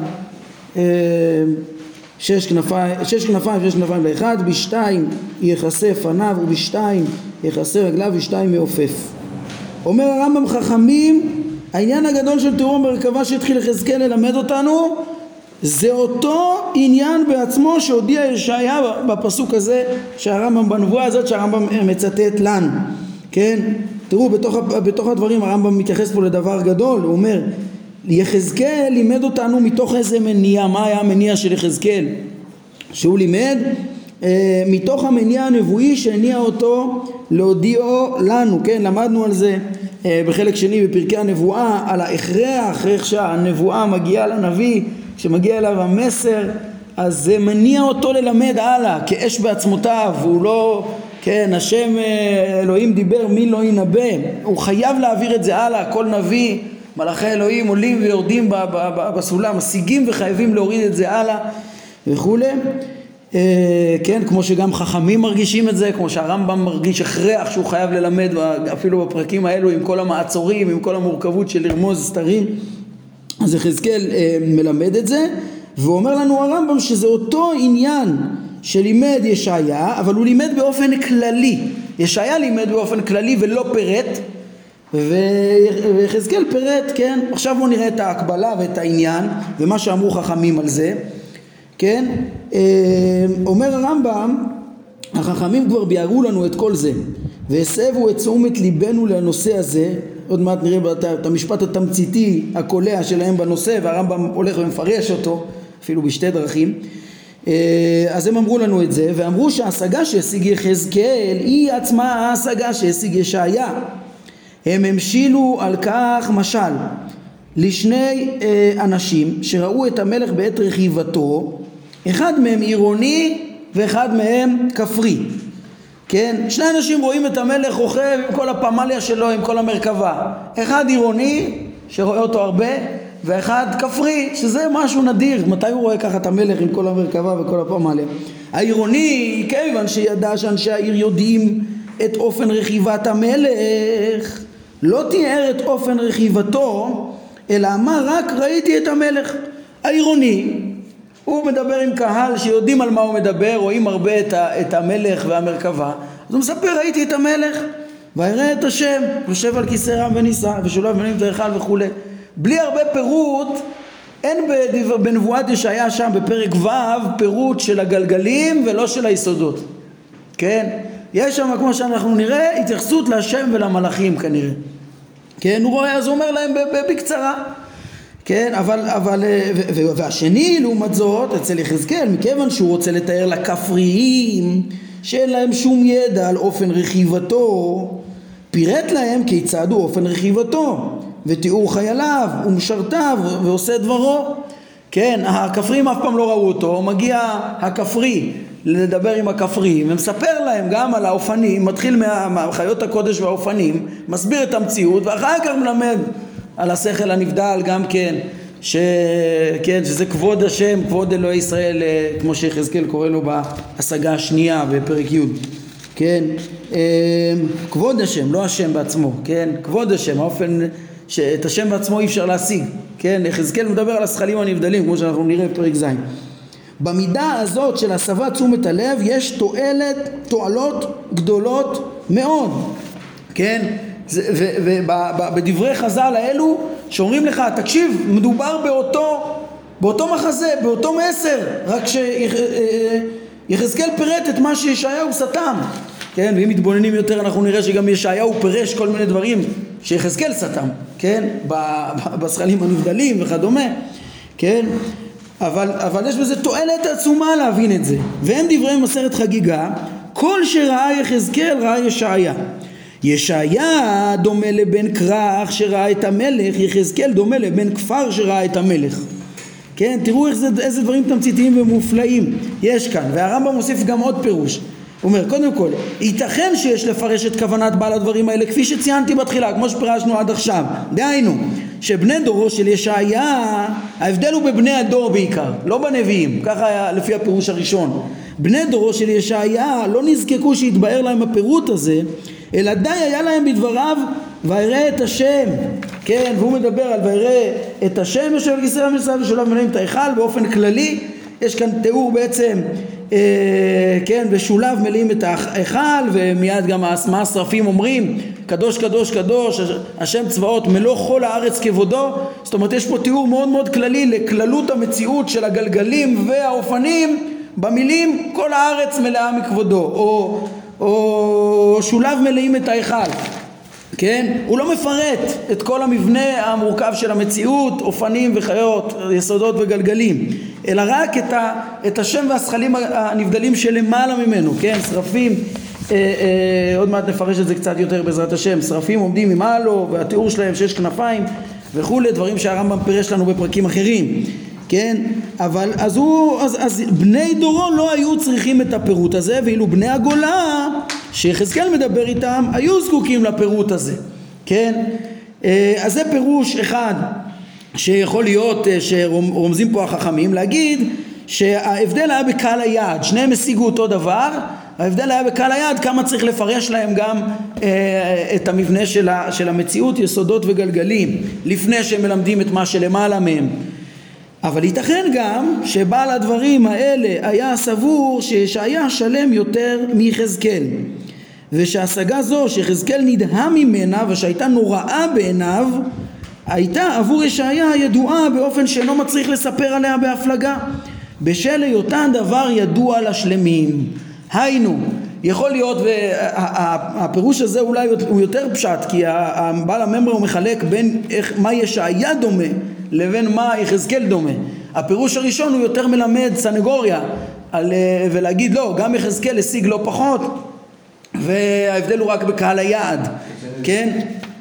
6 כנפיים לאחד, בשתיים יכסה פניו ובשתיים יכסה רגליו ושתיים מעופף. אומר הרמב"ם, חכמים, העניין הגדול של תיאור המרכבה שהתחיל יחזקאל ללמד אותנו זה אותו עניין בעצמו שהודיע ישעיה בפסוק הזה שהרמב"ם, בנבואה הזאת שהרמב"ם מצטט לנו, כן? תראו, בתוך הדברים הרמב"ם מתייחס פה לדבר גדול. הוא אומר, יחזקאל לימד אותנו מתוך איזה מניע. מה היה המניע של יחזקאל? שהוא לימד מתוך המניע הנבואי שהניע אותו להודיעו לנו, כן? למדנו על זה בחלק שני בפרקי הנבואה, על ההכרח, איך שהנבואה מגיעה לנביא, כשמגיע אליו המסר, אז זה מניע אותו ללמד הלאה, כאש בעצמותיו. הוא לא, כן, השם אלוהים דיבר, מי לא ינבא, הוא חייב להעביר את זה הלאה. כל נביא, מלאכי אלוהים עולים ויורדים בסולם, משיגים וחייבים להוריד את זה הלאה וכו'. כן, כמו שגם חכמים מרגישים את זה, כמו שהרמב"ם מרגיש הכרח שהוא חייב ללמד, אפילו בפרקים האלו עם כל המעצורים, עם כל המורכבות של לרמוז סתרים. אז יחזקאל מלמד את זה, ואומר לנו הרמב"ם שזה אותו עניין שלימד ישעיה, אבל הוא לימד באופן כללי. ישעיה לימד באופן כללי ולא פרט, ויחזקאל פרט, כן? עכשיו בואו נראה את ההקבלה ואת העניין ומה שאמרו חכמים על זה, כן? אומר הרמב"ם, החכמים כבר ביארו לנו את כל זה והסבו את תשומת ליבנו לנושא הזה. עוד מעט נראה את המשפט התמציתי הקולע שלהם בנושא, והרמב"ם הולך ומפרש אותו אפילו בשתי דרכים. אז הם אמרו לנו את זה, ואמרו שההשגה שהשיג יחזקאל היא עצמה ההשגה שהשיג ישעיה. הם המשילו על כך משל לשני אנשים שראו את המלך בעת רכיבתו, אחד מהם עירוני ואחד מהם כפרי, כן? שני אנשים רואים את המלך רוכב עם כל הפמליה שלו, עם כל המרכבה. אחד עירוני שרואה אותו הרבה, ואחד כפרי שזה משהו נדיר. מתי הוא רואה ככה את המלך עם כל המרכבה וכל הפמליה? העירוני, כיוון שידע שאנשי העיר יודעים את אופן רכיבת המלך, לא תיאר את אופן רכיבתו, אלא אמר רק ראיתי את המלך. העירוני הוא מדבר עם קהל שיודעים על מה הוא מדבר, רואים הרבה את המלך והמרכבה, אז הוא מספר ראיתי את המלך וירא את השם יושב על כיסא רם ונישא ושוליו מלאים את ההיכל וכו'. בלי הרבה פירוט. אין בנבואת ישעיה שם בפרק ו' פירוט של הגלגלים ולא של היסודות, כן? יש שם, כמו שאנחנו נראה, התייחסות להשם ולמלאכים כנראה, כן? הוא רואה, אז הוא אומר להם בקצרה, כן? והשני לעומת זאת אצל יחזקאל, מכיוון שהוא רוצה לתאר לכפריים שאין להם שום ידע על אופן רכיבתו, פירט להם כיצד הוא אופן רכיבתו ותיאור חייליו ומשרתיו ועושה דברו, כן? הכפריים אף פעם לא ראו אותו, מגיע הכפרי לדבר עם הכפריים ומספר להם גם על האופנים, מתחיל מהחיות הקודש והאופנים, מסביר את המציאות ואחר כך מלמד על השכל הנבדל גם כן, כן, שזה כבוד השם, כבוד אלוהי ישראל, כמו שיחזקאל קורא לו בהשגה השנייה בפרק י', כן? כבוד השם, לא השם בעצמו, כן? כבוד השם, האופן שאת השם בעצמו אי אפשר להשיג, כן? יחזקאל מדבר על השכלים הנבדלים, כמו שאנחנו נראה בפרק ז'. במידה הזאת של הסבת תשומת הלב יש תועלות גדולות מאוד, כן? ובדברי חז"ל האלו שאומרים לך, תקשיב, מדובר באותו מחזה, באותו מסר, רק שיחזקאל פירט את מה שישעיהו סתם, כן? ואם מתבוננים יותר אנחנו נראה שגם ישעיהו פירש כל מיני דברים שיחזקאל סתם, כן? בשכלים הנבדלים וכדומה, כן? אבל יש בזה תועלת עצומה להבין את זה. והם דברי מסכת חגיגה, כל שראה יחזקאל ראה ישעיה, ישעיה דומה לבן כרך שראה את המלך, יחזקאל דומה לבן כפר שראה את המלך. כן, תראו איזה דברים תמציתיים ומופלאים יש כאן. והרמב"ם מוסיף גם עוד פירוש. הוא אומר, קודם כל, ייתכן שיש לפרש את כוונת בעל הדברים האלה כפי שציינתי בתחילה, כמו שפרשנו עד עכשיו. דהיינו, שבני דורו של ישעיה, ההבדל הוא בבני הדור בעיקר, לא בנביאים, ככה היה לפי הפירוש הראשון. בני דורו של ישעיה לא נזקקו שיתבאר להם הפירוט הזה, אלא די היה להם בדבריו ויראה את השם. כן, והוא מדבר על ויראה את השם יושב על כיסא המלך ושולב מלאים את ההיכל. באופן כללי יש כאן תיאור בעצם, כן, ושולב מלאים את ההיכל, ומיד גם מה השרפים אומרים, קדוש קדוש קדוש השם צבאות מלוא כל הארץ כבודו. זאת אומרת יש פה תיאור מאוד מאוד כללי לכללות המציאות של הגלגלים והאופנים במילים כל הארץ מלאה מכבודו, או שולב מלאים את ההיכל. כן, הוא לא מפרט את כל המבנה המורכב של המציאות, אופנים וחיות, יסודות וגלגלים, אלא רק את השם והשכלים הנבדלים שלמעלה ממנו. כן, שרפים, עוד מעט נפרש את זה קצת יותר בעזרת השם. שרפים עומדים ממעלו והתיאור שלהם שיש כנפיים וכו', דברים שהרמב"ם פירש לנו בפרקים אחרים. כן, אבל אז בני דורו לא היו צריכים את הפירוט הזה, ואילו בני הגולה שיחזקאל מדבר איתם היו זקוקים לפירוט הזה. כן, אז זה פירוש אחד שיכול להיות שרומזים פה החכמים להגיד שההבדל היה בקהל היעד, שניהם השיגו אותו דבר, ההבדל היה בקהל היעד כמה צריך לפרש להם גם את המבנה של המציאות, יסודות וגלגלים, לפני שהם מלמדים את מה שלמעלה מהם. אבל ייתכן גם שבעל הדברים האלה היה סבור שישעיה שלם יותר מיחזקאל, ושהשגה זו שיחזקאל נדהם ממנה ושהייתה נוראה בעיניו, הייתה עבור ישעיה ידועה באופן שאינו מצריך לספר עליה בהפלגה, בשל היותן דבר ידוע לשלמים. היינו, יכול להיות, והפירוש הזה אולי הוא יותר פשט, כי בעל הממרה הוא מחלק בין מה ישעיה דומה לבין מה יחזקאל דומה. הפירוש הראשון הוא יותר מלמד סנגוריה ולהגיד לא, גם יחזקאל השיג לא פחות, וההבדל הוא רק בקהל היעד. כן?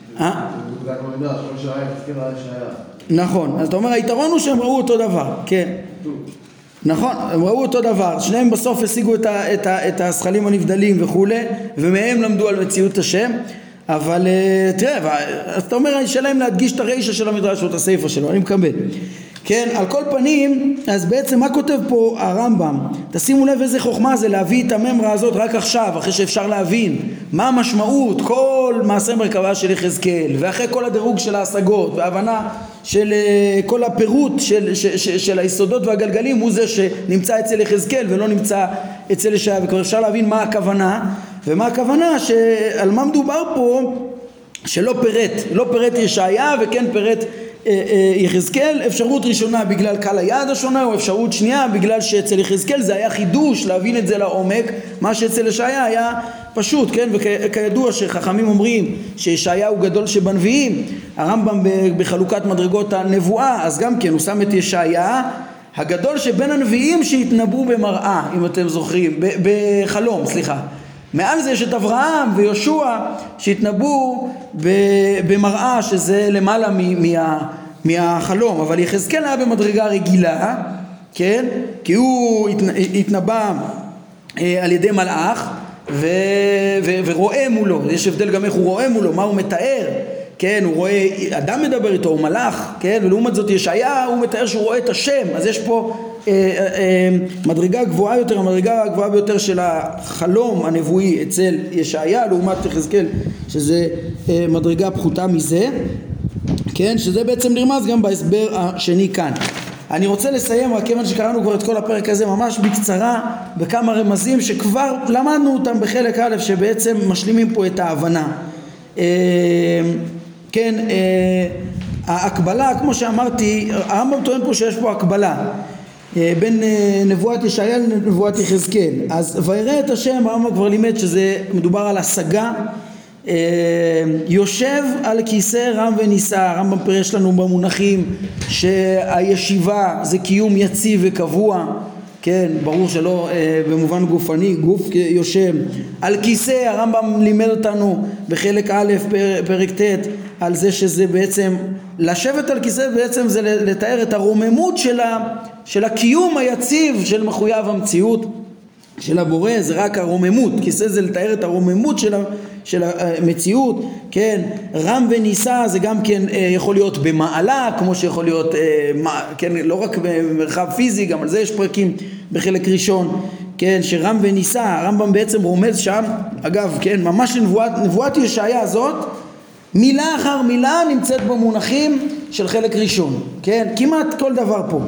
נכון, אז אתה אומר היתרון הוא שהם ראו אותו דבר. כן, נכון, הם ראו אותו דבר, שניהם בסוף השיגו את השכלים הנבדלים וכו', ומהם למדו על מציאות השם. אבל תראה, אז אתה אומר יש להם להדגיש את הריישה של המדרש או את הספר שלו, אני מקבל. כן, על כל פנים, אז בעצם מה כותב פה הרמב"ם? תשימו לב איזה חוכמה זה להביא את הממרה הזאת רק עכשיו, אחרי שאפשר להבין מה המשמעות, כל מעשה מרכבה של יחזקאל, ואחרי כל הדירוג של ההשגות, וההבנה של כל הפירוט של היסודות והגלגלים, הוא זה שנמצא אצל יחזקאל ולא נמצא אצל ישעיה, וכבר אפשר להבין מה הכוונה, ומה הכוונה שעל מה מדובר פה, שלא פירט ישעיה וכן פירט יחזקאל. אפשרות ראשונה בגלל קהל היעד השונה, או אפשרות שנייה בגלל שאצל יחזקאל זה היה חידוש להבין את זה לעומק, מה שאצל ישעיה היה פשוט. כן, וכידוע שחכמים אומרים שישעיה הוא גדול שבנביאים, הרמב"ם בחלוקת מדרגות הנבואה אז גם כן הוא שם את ישעיה הגדול שבין הנביאים שהתנבאו במראה, אם אתם זוכרים, בחלום, סליחה. מעל זה יש את אברהם ויהושע שהתנבאו במראה, שזה למעלה מהחלום. אבל יחזקאל היה במדרגה רגילה, כן? כי הוא התנבא על ידי מלאך ורואה מולו. יש הבדל גם איך הוא רואה מולו, מה הוא מתאר. כן, הוא רואה אדם מדבר איתו, הוא מלאך, כן? ולעומת זאת ישעיה הוא מתאר שהוא רואה את השם. אז יש פה מדרגה גבוהה יותר, המדרגה הגבוהה ביותר של החלום הנבואי אצל ישעיה, לעומת יחזקאל שזה מדרגה פחותה מזה. כן, שזה בעצם נרמז גם בהסבר השני כאן. אני רוצה לסיים רק כיוון שקראנו כבר את כל הפרק הזה ממש בקצרה בכמה רמזים שכבר למדנו אותם בחלק א', שבעצם משלימים פה את ההבנה. כן, ההקבלה, כמו שאמרתי, הרמב"ם טוען פה שיש פה הקבלה בין נבואת ישעיה לנבואת יחזקאל. אז ויראה את השם, הרמב"ם כבר לימד שזה מדובר על השגה, יושב על כיסא רם ונישא. הרמב"ם פירש לנו במונחים שהישיבה זה קיום יציב וקבוע, כן, ברור שלא במובן גופני, גוף יושב. על כיסא, הרמב"ם לימד אותנו בחלק א' פרק ט' על זה שזה בעצם, לשבת על כיסא בעצם זה לתאר את הרוממות של הקיום היציב של מחויב המציאות של הבורא, זה רק הרוממות, כיסא זה לתאר את הרוממות של המציאות, כן, רם ונישא זה גם כן יכול להיות במעלה, כמו שיכול להיות, כן, לא רק במרחב פיזי, גם על זה יש פרקים בחלק ראשון, כן, שרם ונישא, הרמב"ם בעצם רומז שם, אגב, כן, ממש נבואת ישעיה הזאת, מילה אחר מילה נמצאת במונחים של חלק ראשון, כן, כמעט כל דבר פה.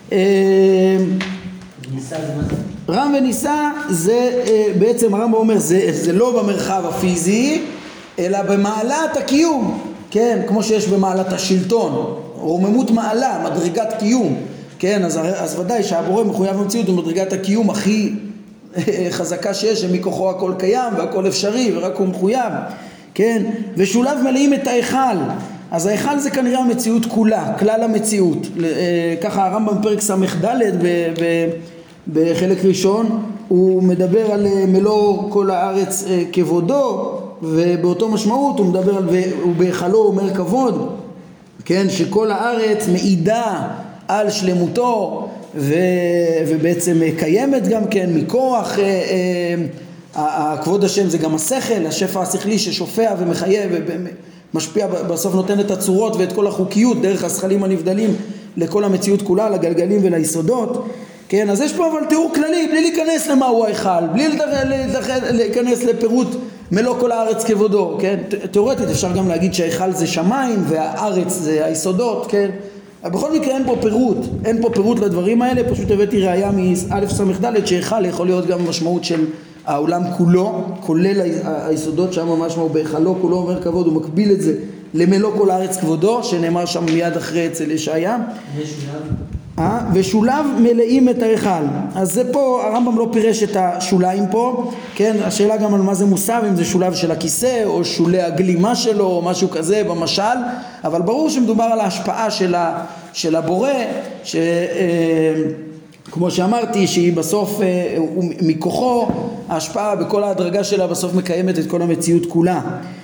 ניסה זה מה זה? רם ונישא זה בעצם הרמב"ם אומר זה לא במרחב הפיזי אלא במעלת הקיום, כן, כמו שיש במעלת השלטון, רוממות מעלה, מדרגת קיום, כן, אז ודאי שהבורא מחויב המציאות במדרגת הקיום הכי חזקה שיש, שמכוחו הכל קיים והכל אפשרי ורק הוא מחויב, כן, ושולב מלאים את ההיכל, אז ההיכל זה כנראה המציאות כולה, כלל המציאות, ככה הרמב"ם פרק ס"ד בחלק ראשון הוא מדבר על מלוא כל הארץ כבודו, ובאותו משמעות הוא מדבר על ובהיכלו אומר כבוד, כן, שכל הארץ מעידה על שלמותו ובעצם קיימת גם כן מכוח כבוד השם, זה גם השכל, השפע השכלי ששופע ומחייב ומשפיע, בסוף נותן את הצורות ואת כל החוקיות דרך השכלים הנבדלים לכל המציאות כולה, לגלגלים וליסודות, כן, אז יש פה אבל תיאור כללי, בלי להיכנס למה הוא ההיכל, בלי להיכנס לפירוט מלוא כל הארץ כבודו, כן, תיאורטית אפשר גם להגיד שההיכל זה שמיים והארץ זה היסודות, כן, בכל מקרה אין פה פירוט לדברים האלה, פשוט הבאתי ראיה מא' ס"ד שהיכל יכול להיות גם משמעות של העולם כולו, כולל היסודות שם ממש בהיכלו כולו אומר כבוד, הוא מקביל את זה למלוא כל הארץ כבודו, שנאמר שם מיד אחרי אצל ישעיה. ושולב מלאים את ההיכל. אז זה פה, הרמב"ם לא פירש את השוליים פה, כן, השאלה גם על מה זה מוסב, אם זה שולב של הכיסא או שולי הגלימה שלו או משהו כזה במשל, אבל ברור שמדובר על ההשפעה של הבורא, כמו שאמרתי, שהיא בסוף, מכוחו, ההשפעה בכל ההדרגה שלה בסוף מקיימת את כל המציאות כולה.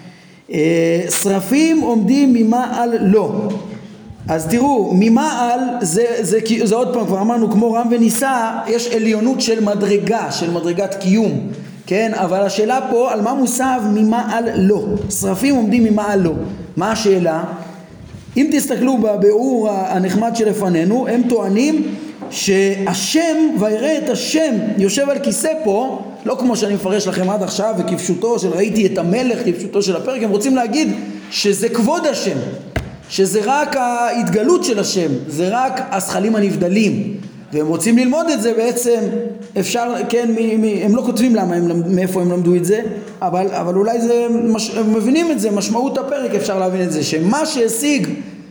שרפים עומדים ממעל לו. אז תראו, ממעל זה עוד פעם, כבר אמרנו, כמו רם ונישא, יש עליונות של מדרגה, של מדרגת קיום, כן? אבל השאלה פה, על מה מוסב ממעל לו? שרפים עומדים ממעל לו. מה השאלה? אם תסתכלו בביאור הנחמד שלפנינו, הם טוענים שהשם, ויראה את השם יושב על כיסא פה, לא כמו שאני מפרש לכם עד עכשיו, וכפשוטו של ראיתי את המלך, כפשוטו של הפרק, הם רוצים להגיד שזה כבוד השם, שזה רק ההתגלות של השם, זה רק השכלים הנבדלים, והם רוצים ללמוד את זה בעצם, אפשר, כן, הם לא כותבים למה, מאיפה הם למדו את זה, אבל אולי זה, הם מבינים את זה, משמעות הפרק אפשר להבין את זה, שמה שהשיג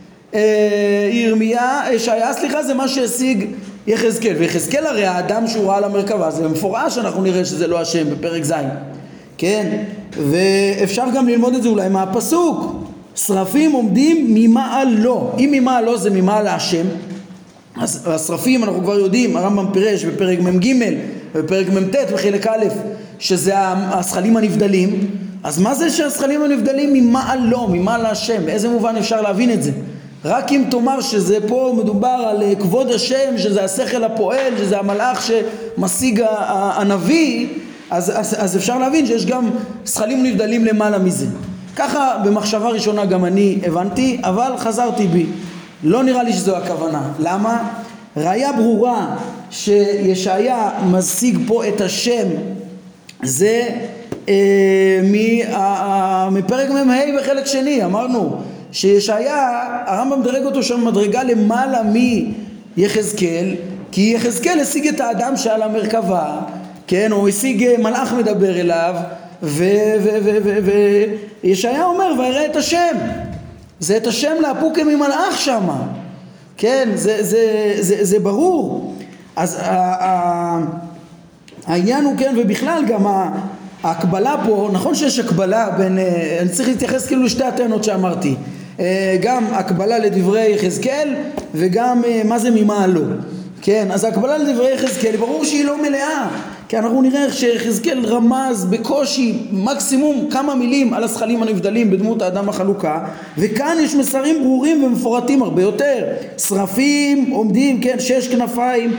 ישעיה, זה מה שהשיג יחזקאל, ויחזקאל הרי האדם שהוא ראה על המרכבה, זה מפורש, אנחנו נראה שזה לא השם בפרק ז', כן, ואפשר גם ללמוד את זה אולי מהפסוק, שרפים עומדים ממעל לו, אם ממעל לו זה ממעל השם, אז השרפים אנחנו כבר יודעים, הרמב"ם פירש בפרק מ"ג ובפרק מ"ט בחלק א' שזה השכלים הנבדלים, אז מה זה שהשכלים הנבדלים ממעל לו, ממעל השם, באיזה מובן אפשר להבין את זה? רק אם תאמר שזה פה מדובר על כבוד השם, שזה השכל הפועל, שזה המלאך שמשיג הנביא, אז אפשר להבין שיש גם שכלים נבדלים למעלה מזה. ככה במחשבה ראשונה גם אני הבנתי, אבל חזרתי בי. לא נראה לי שזו הכוונה. למה? ראיה ברורה שישעיה משיג פה את השם, זה מפרק מ"ה בחלק שני, אמרנו שישעיה, הרמב"ם מדרג אותו שם מדרגה למעלה מיחזקאל, כי יחזקאל השיג את האדם שעל המרכבה, כן, הוא השיג מלאך מדבר אליו, וישעיה אומר ויראה את השם, זה את השם לאפוקה ממלאך שמה, כן, זה ברור. אז העניין הוא, כן, ובכלל גם ההקבלה פה, נכון שיש הקבלה בין, אני צריך להתייחס כאילו לשתי הטענות שאמרתי, גם הקבלה לדברי יחזקאל וגם מה זה ממעל לו, כן, אז ההקבלה לדברי יחזקאל, ברור שהיא לא מלאה, כי אנחנו נראה איך שיחזקאל רמז בקושי מקסימום כמה מילים על השכלים הנבדלים בדמות האדם החלוקה, וכאן יש מסרים ברורים ומפורטים הרבה יותר. שרפים עומדים, כן, 6 כנפיים,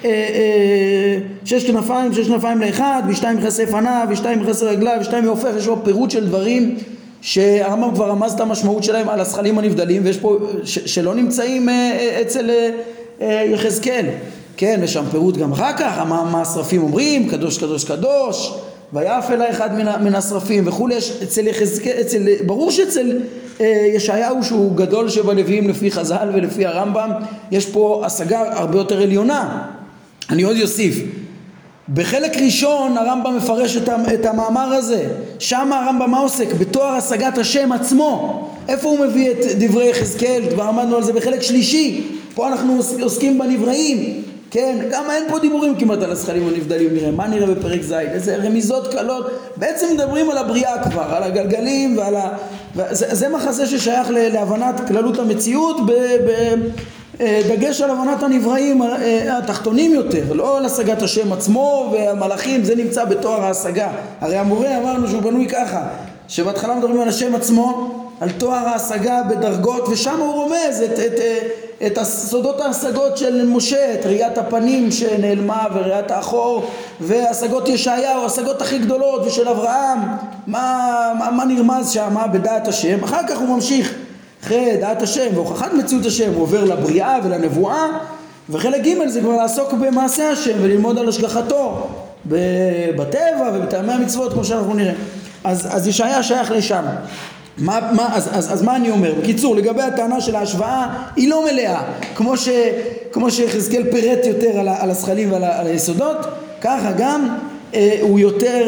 6 כנפיים לאחד, ו2 מכסה פניו, ו2 מכסה רגליו, ו2 מעופף. יש פה פירוט של דברים שהרמב"ם כבר רמז את המשמעות שלהם על השכלים הנבדלים, ויש פה שלא נמצאים אצל יחזקאל. כן, יש שם פירוט גם אחר כך, מה השרפים אומרים, קדוש קדוש קדוש, ויעף אלי אחד מן השרפים וכולי. אצל יחזקאל, ברור שאצל ישעיהו שהוא גדול שבנביאים לפי חז"ל ולפי הרמב"ם, יש פה השגה הרבה יותר עליונה. אני עוד יוסיף, בחלק ראשון הרמב"ם מפרש את המאמר הזה, שם הרמב"ם מה עוסק? בתואר השגת השם עצמו. איפה הוא מביא את דברי יחזקאל? כבר עמדנו על זה בחלק שלישי. פה אנחנו עוסקים בנבראים, כן? גם אין פה דיבורים כמעט על השכלים הנבדלים. נראה, מה נראה בפרק ז'? איזה רמיזות קלות. בעצם מדברים על הבריאה כבר, על הגלגלים ועל זה מחזה ששייך להבנת כללות המציאות דגש על הבנת הנבראים התחתונים יותר, לא על השגת השם עצמו והמלאכים. זה נמצא בתואר ההשגה. הרי המורה אמרנו שהוא בנוי ככה, שבהתחלה מדברים על השם עצמו, על תואר ההשגה בדרגות, ושם הוא רומז את הסודות ההשגות של משה, את ראיית הפנים שנעלמה וראיית האחור, והשגות ישעיהו, ההשגות הכי גדולות, ושל אברהם, מה נרמז שם בדעת השם. אחר כך הוא ממשיך אחרי דעת השם והוכחת מציאות השם, הוא עובר לבריאה ולנבואה, וחלק ג' זה כבר לעסוק במעשה השם וללמוד על השגחתו בטבע ובטעמי המצוות, כמו שאנחנו נראה. אז ישעיה שייך לשם. אז מה אני אומר? בקיצור, לגבי הטענה של ההשוואה, היא לא מלאה. כמו שיחזקאל פירט יותר על השכלים ועל היסודות, ככה גם הוא יותר,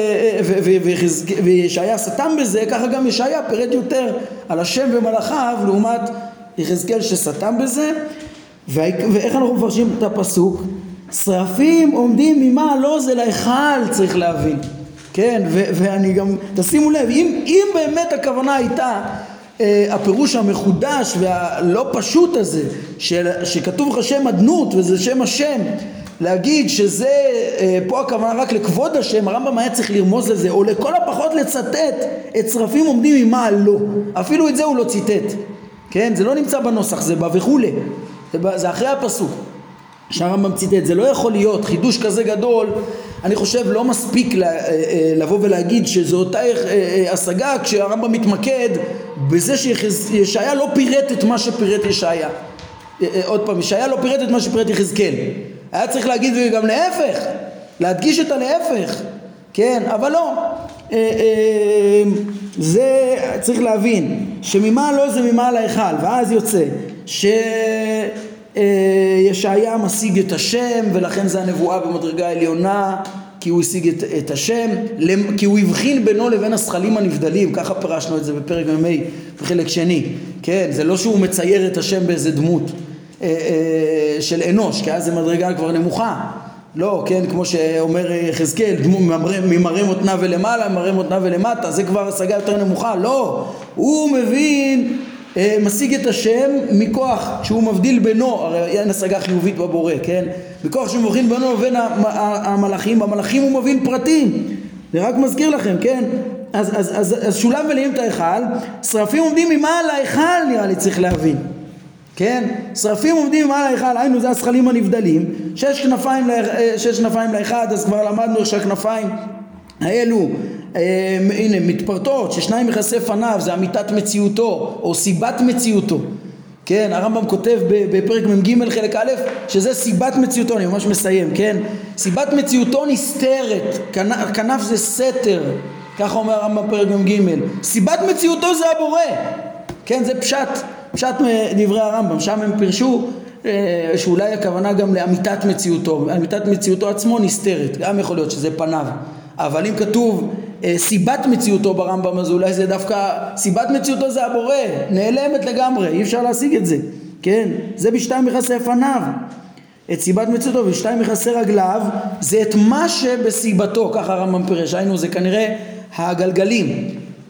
וישעיה סתם בזה, ככה גם ישעיה פירט יותר על השם ומלאכיו לעומת יחזקאל שסתם בזה. ואיך אנחנו מפרשים את הפסוק? שרפים עומדים ממה לא זה להיכל, צריך להבין. כן, ואני גם, תשימו לב, אם באמת הכוונה הייתה הפירוש המחודש והלא פשוט הזה, שכתוב לך שם אדנות וזה שם השם, להגיד שזה, פה הכוונה רק לכבוד השם, הרמב"ם היה צריך לרמוז לזה, או לכל הפחות לצטט את שרפים עומדים ממה לא. אפילו את זה הוא לא ציטט. כן, זה לא נמצא בנוסח, זה בא וכולי. זה אחרי הפסוק. שהרמב"ם ציטט, זה לא יכול להיות חידוש כזה גדול. אני חושב לא מספיק לבוא ולהגיד שזו אותה השגה כשהרמב"ם מתמקד בזה שישעיה לא פירט את מה שפירט ישעיה. עוד פעם, ישעיה לא פירט את מה שפירט יחזקאל. היה צריך להגיד גם להפך, להדגיש את הלהפך, כן, אבל לא. זה צריך להבין שממה לא זה ממה להיכל, ואז יוצא שישעיה משיג את השם, ולכן זה הנבואה במדרגה העליונה, כי הוא השיג את השם, כי הוא הבחין בינו לבין השכלים הנבדלים. ככה פרשנו את זה בפרק ממי בחלק שני, כן, זה לא שהוא מצייר את השם באיזה דמות של אנוש, כי אז זה מדרגה כבר נמוכה, לא, כן, כמו שאומר יחזקאל, ממראה מותניו ולמעלה, ממראה מותניו ולמטה, זה כבר השגה יותר נמוכה. לא, הוא מבין, משיג את השם מכוח שהוא מבדיל בינו, הרי אין השגה חיובית בבורא, כן, מכוח שהוא מבחין בינו ובין המלאכים, במלאכים הוא מבין פרטים. זה רק מזכיר לכם, כן, אז שולם ולאים את ההיכל, שרפים עומדים ממעל ההיכל, נראה לי צריך להבין, כן, שרפים עומדים ממעל ההיכל, היינו זה השכלים הנבדלים, 6 כנפיים לאחד, אז כבר למדנו איך שהכנפיים האלו הנה מתפרטות, ששניים מכסה פניו, זה אמיתת מציאותו או סיבת מציאותו. כן, הרמב"ם כותב בפרק מ"ג חלק א' שזה סיבת מציאותו, אני ממש מסיים, כן, סיבת מציאותו נסתרת, כנף זה סתר, ככה אומר הרמב"ם בפרק מ"ג. סיבת מציאותו זה הבורא, כן, זה פשט מדברי הרמב"ם, שם הם פירשו שאולי הכוונה גם לאמיתת מציאותו, אמיתת מציאותו עצמו נסתרת, גם יכול להיות שזה פניו, אבל אם כתוב סיבת מציאותו ברמב"ם, אז אולי זה דווקא סיבת מציאותו זה הבורא, נעלמת לגמרי, אי אפשר להשיג את זה, כן, זה בשתיים מכסה פניו, את סיבת מציאותו, בשתיים מכסה רגליו, זה את מה שבסיבתו, ככה הרמב"ם פירש, היינו זה כנראה הגלגלים,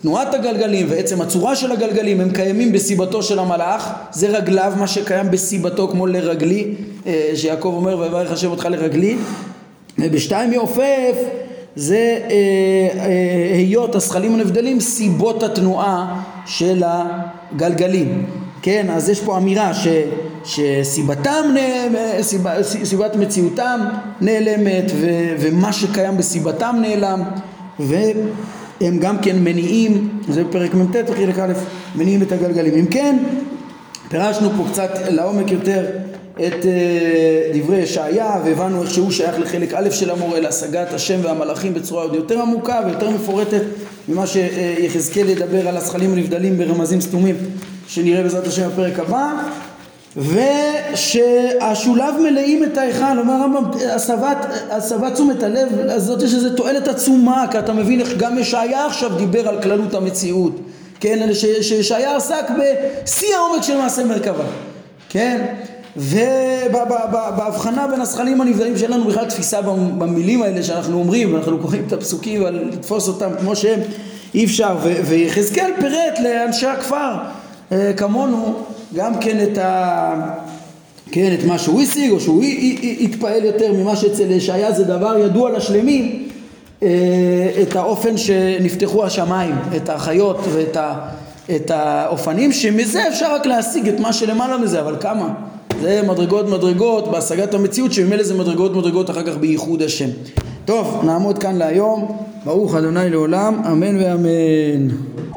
תנועת הגלגלים ועצם הצורה של הגלגלים הם קיימים בסיבתו של המלאך, זה רגליו, מה שקיים בסיבתו כמו לרגלי, שיעקב אומר ויברך השם אותך לרגלי, ובשתיים יעופף זה היות הזכלים הנבדלים סיבות התנועה של הגלגלים. כן, אז יש פה אמירה שסיבתם, סיבת מציאותם נעלמת ומה שקיים בסיבתם נעלם, והם גם כן מניעים, זה בפרק מ"ט וחלק א', מניעים את הגלגלים. אם כן, פירשנו פה קצת לעומק יותר את דברי ישעיה, והבנו איך שהוא שייך לחלק א' של המורה, להשגת השם והמלאכים בצורה עוד יותר עמוקה ויותר מפורטת ממה שיחזקאל ידבר על הזכלים הנבדלים ברמזים סתומים שנראה בעזרת השם בפרק הבא. ושהשולב מלאים את ההיכל, אומר הרמב"ם, הסבת תשומת הלב הזאת יש איזו תועלת עצומה, כי אתה מבין איך גם ישעיה עכשיו דיבר על כללות המציאות, כן, שישעיה עסק בשיא העומק של מעשה מרכבה, כן, ובהבחנה בין הזכלים הנבדלים שלנו בכלל תפיסה במילים האלה שאנחנו אומרים, אנחנו קוראים את הפסוקים אבל לתפוס אותם כמו שהם אי אפשר, ויחזקאל פירט לאנשי הכפר כמונו גם כן את מה שהוא השיג, או שהוא התפעל יותר ממה שאצל ישעיה זה דבר ידוע לשלמים, את האופן שנפתחו השמיים, את החיות ואת האופנים, שמזה אפשר רק להשיג את מה שלמעלה מזה, אבל כמה? זה מדרגות בהשגת המציאות, שממילא זה מדרגות אחר כך בייחוד השם. טוב, נעמוד כאן להיום. ברוך ה' לעולם, אמן ואמן.